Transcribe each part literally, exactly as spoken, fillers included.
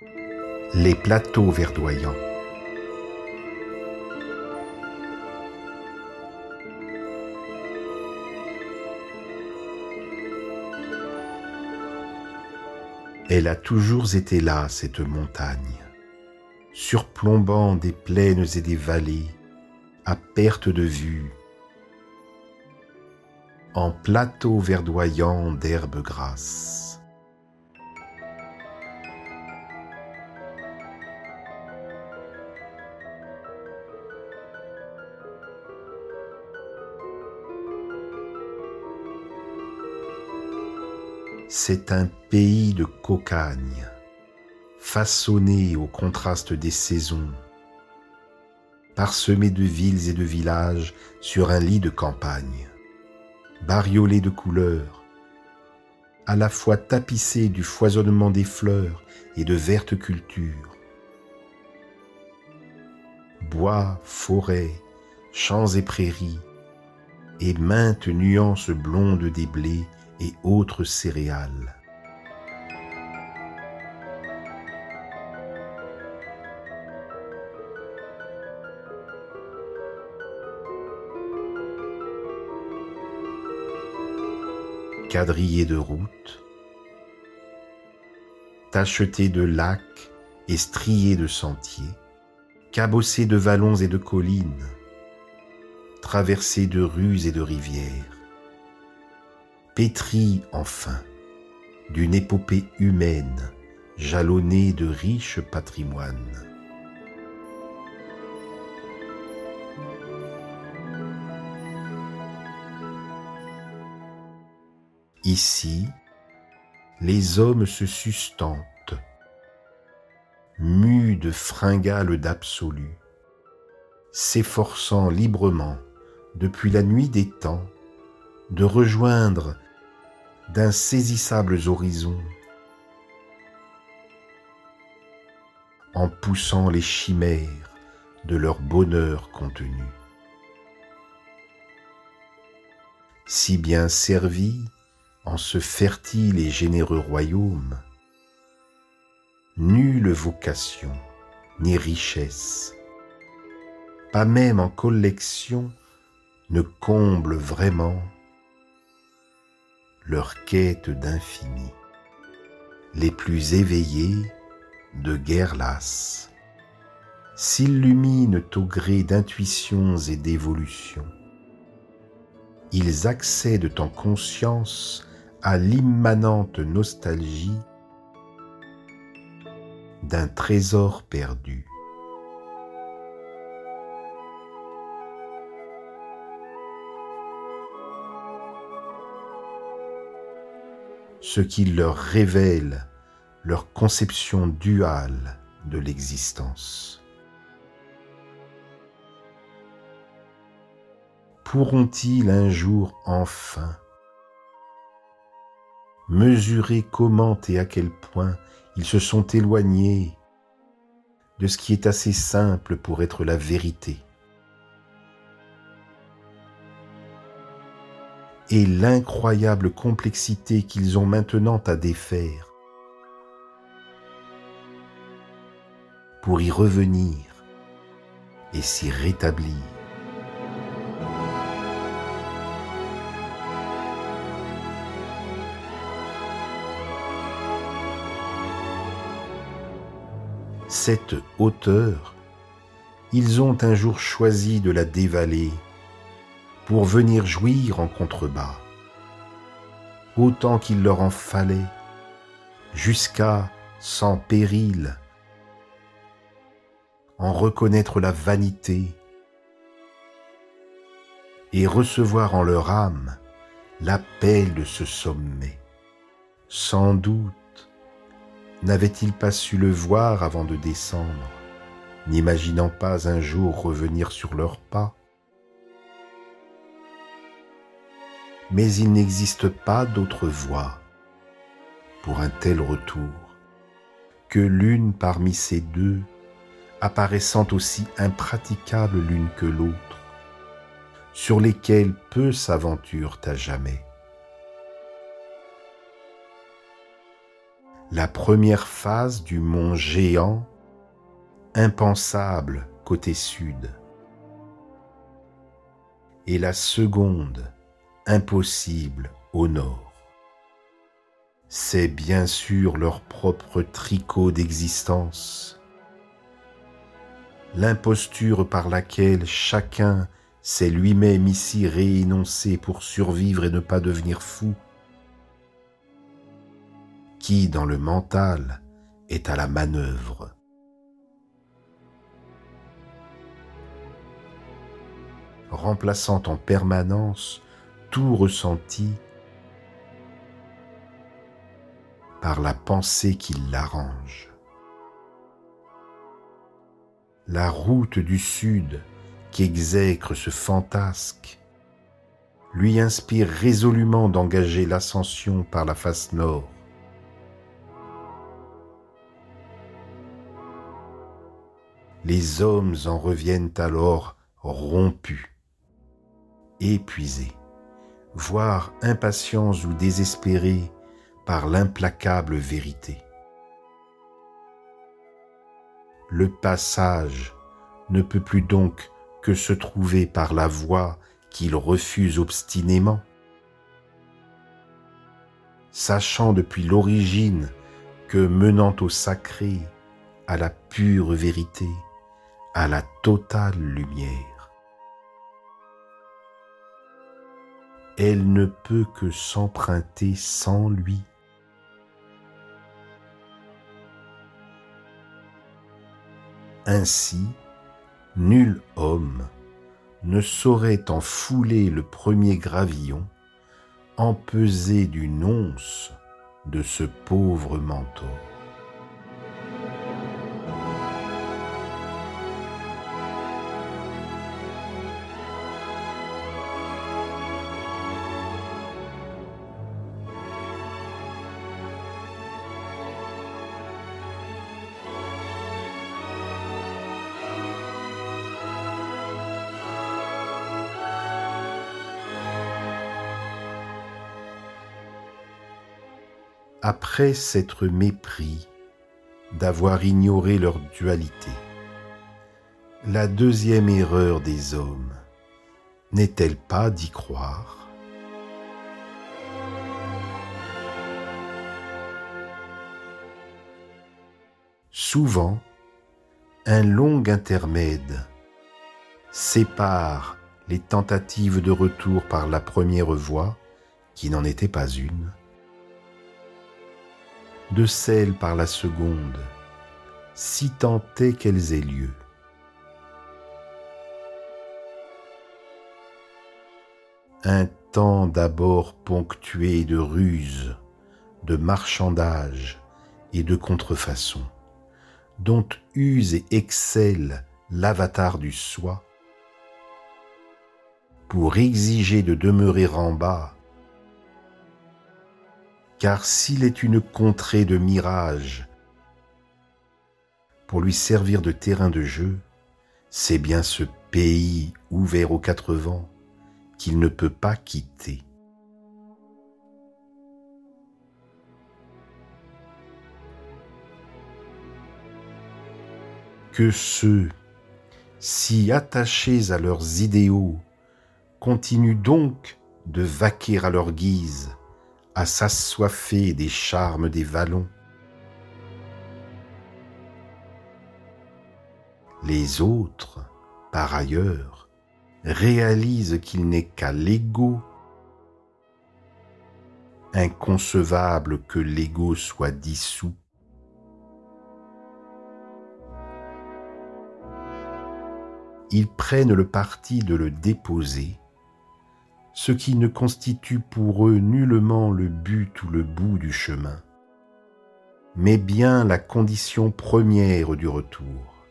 Les plateaux verdoyants. Elle a toujours été là, cette montagne, surplombant des plaines et des vallées, à perte de vue, en plateau verdoyant d'herbes grasses. C'est un pays de cocagne, façonné au contraste des saisons, parsemé de villes et de villages sur un lit de campagne, bariolé de couleurs, à la fois tapissé du foisonnement des fleurs et de vertes cultures. Bois, forêts, champs et prairies, et maintes nuances blondes des blés et autres céréales. Quadrillés de routes, tachetés de lacs et striés de sentiers, cabossés de vallons et de collines, traversés de rues et de rivières, pétris enfin d'une épopée humaine jalonnée de riches patrimoines. Ici, les hommes se sustentent, mus de fringales d'absolu, s'efforçant librement, depuis la nuit des temps, de rejoindre d'insaisissables horizons, en poussant les chimères de leur bonheur contenu. Si bien servis en ce fertile et généreux royaume, nulle vocation ni richesse, pas même en collection, ne comble vraiment leur quête d'infini. Les plus éveillés, de guerre lasse, s'illuminent au gré d'intuitions et d'évolutions. Ils accèdent en conscience à l'immanente nostalgie d'un trésor perdu. Ce qui leur révèle leur conception duale de l'existence. Pourront-ils un jour enfin mesurer comment et à quel point ils se sont éloignés de ce qui est assez simple pour être la vérité, et l'incroyable complexité qu'ils ont maintenant à défaire pour y revenir et s'y rétablir. Cette hauteur, ils ont un jour choisi de la dévaler pour venir jouir en contrebas, autant qu'il leur en fallait, jusqu'à, sans péril, en reconnaître la vanité et recevoir en leur âme l'appel de ce sommet. Sans doute n'avaient-ils pas su le voir avant de descendre, n'imaginant pas un jour revenir sur leurs pas. Mais il n'existe pas d'autre voie pour un tel retour que l'une parmi ces deux, apparaissant aussi impraticable l'une que l'autre, sur lesquelles peu s'aventurent à jamais. la première phase du mont géant, impensable côté sud, et la seconde, impossible au nord. C'est bien sûr leur propre tricot d'existence, l'imposture par laquelle chacun s'est lui-même ici réénoncé pour survivre et ne pas devenir fou, qui dans le mental est à la manœuvre. Remplaçant en permanence tout ressenti par la pensée qui l'arrange. La route du sud qu'exècre ce fantasque lui inspire résolument d'engager l'ascension par la face nord. Les hommes en reviennent alors rompus, épuisés, voire impatients ou désespérés par l'implacable vérité. Le passage ne peut plus donc que se trouver par la voie qu'ils refusent obstinément. Sachant depuis l'origine que menant au sacré, à la pure vérité, à la totale lumière, elle ne peut que s'emprunter sans lui. Ainsi, nul homme ne saurait en fouler le premier gravillon, empesé d'une once de ce pauvre mentor. Après s'être mépris d'avoir ignoré leur dualité, la deuxième erreur des hommes n'est-elle pas d'y croire? Souvent, un long intermède sépare les tentatives de retour par la première voie, qui n'en était pas une, de celles par la seconde, si tant est qu'elles aient lieu. Un temps d'abord ponctué de ruses, de marchandages et de contrefaçons, dont use et excelle l'avatar du soi, pour exiger de demeurer en bas, car s'il est une contrée de mirages, pour lui servir de terrain de jeu, c'est bien ce pays ouvert aux quatre vents qu'il ne peut pas quitter. Que ceux, si attachés à leurs idéaux, continuent donc de vaquer à leur guise, à s'assoiffer des charmes des vallons. Les autres, par ailleurs, réalisent qu'il n'est qu'à l'ego, inconcevable que l'ego soit dissous. Ils prennent le parti de le déposer, ce qui ne constitue pour eux nullement le but ou le bout du chemin, mais bien la condition première du retour.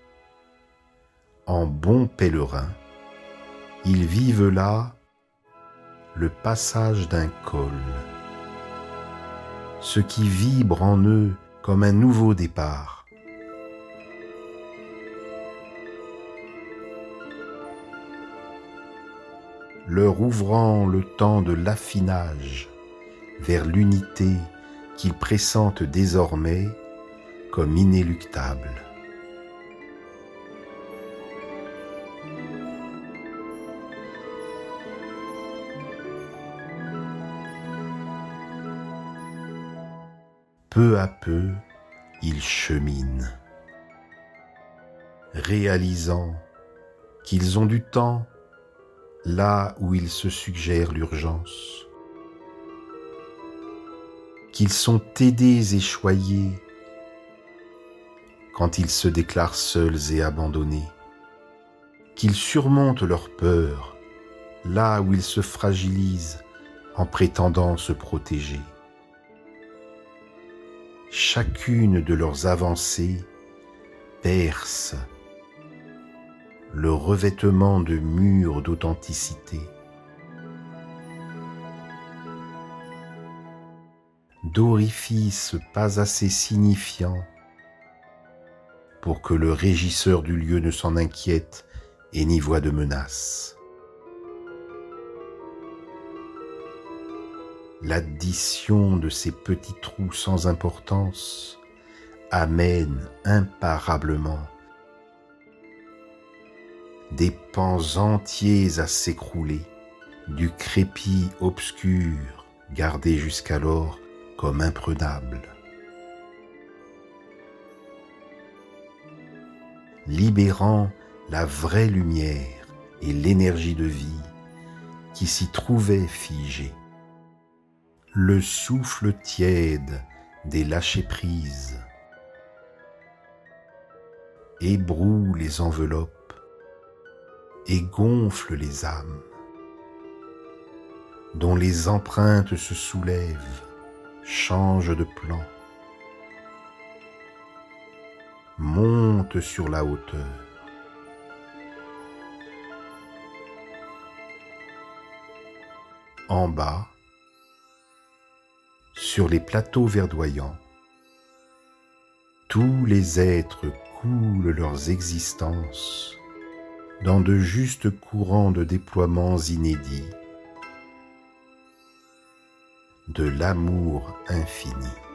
En bons pèlerins, ils vivent là le passage d'un col, ce qui vibre en eux comme un nouveau départ. Leur ouvrant le temps de l'affinage vers l'unité qu'ils pressentent désormais comme inéluctables. Peu à peu, ils cheminent, réalisant qu'ils ont du temps là où ils se suggèrent l'urgence, qu'ils sont aidés et choyés quand ils se déclarent seuls et abandonnés, qu'ils surmontent leur peur là où ils se fragilisent en prétendant se protéger. Chacune de leurs avancées perce le revêtement de murs d'authenticité, d'orifices pas assez signifiants pour que le régisseur du lieu ne s'en inquiète et n'y voie de menace. L'addition de ces petits trous sans importance amène imparablement des pans entiers à s'écrouler du crépi obscur gardé jusqu'alors comme imprenable. Libérant la vraie lumière et l'énergie de vie qui s'y trouvaient figées. Le souffle tiède des lâcher-prises ébroue les enveloppes et gonfle les âmes, dont les empreintes se soulèvent, changent de plan, montent sur la hauteur. En bas, sur les plateaux verdoyants, tous les êtres coulent leurs existences dans de justes courants de déploiements inédits de l'amour infini.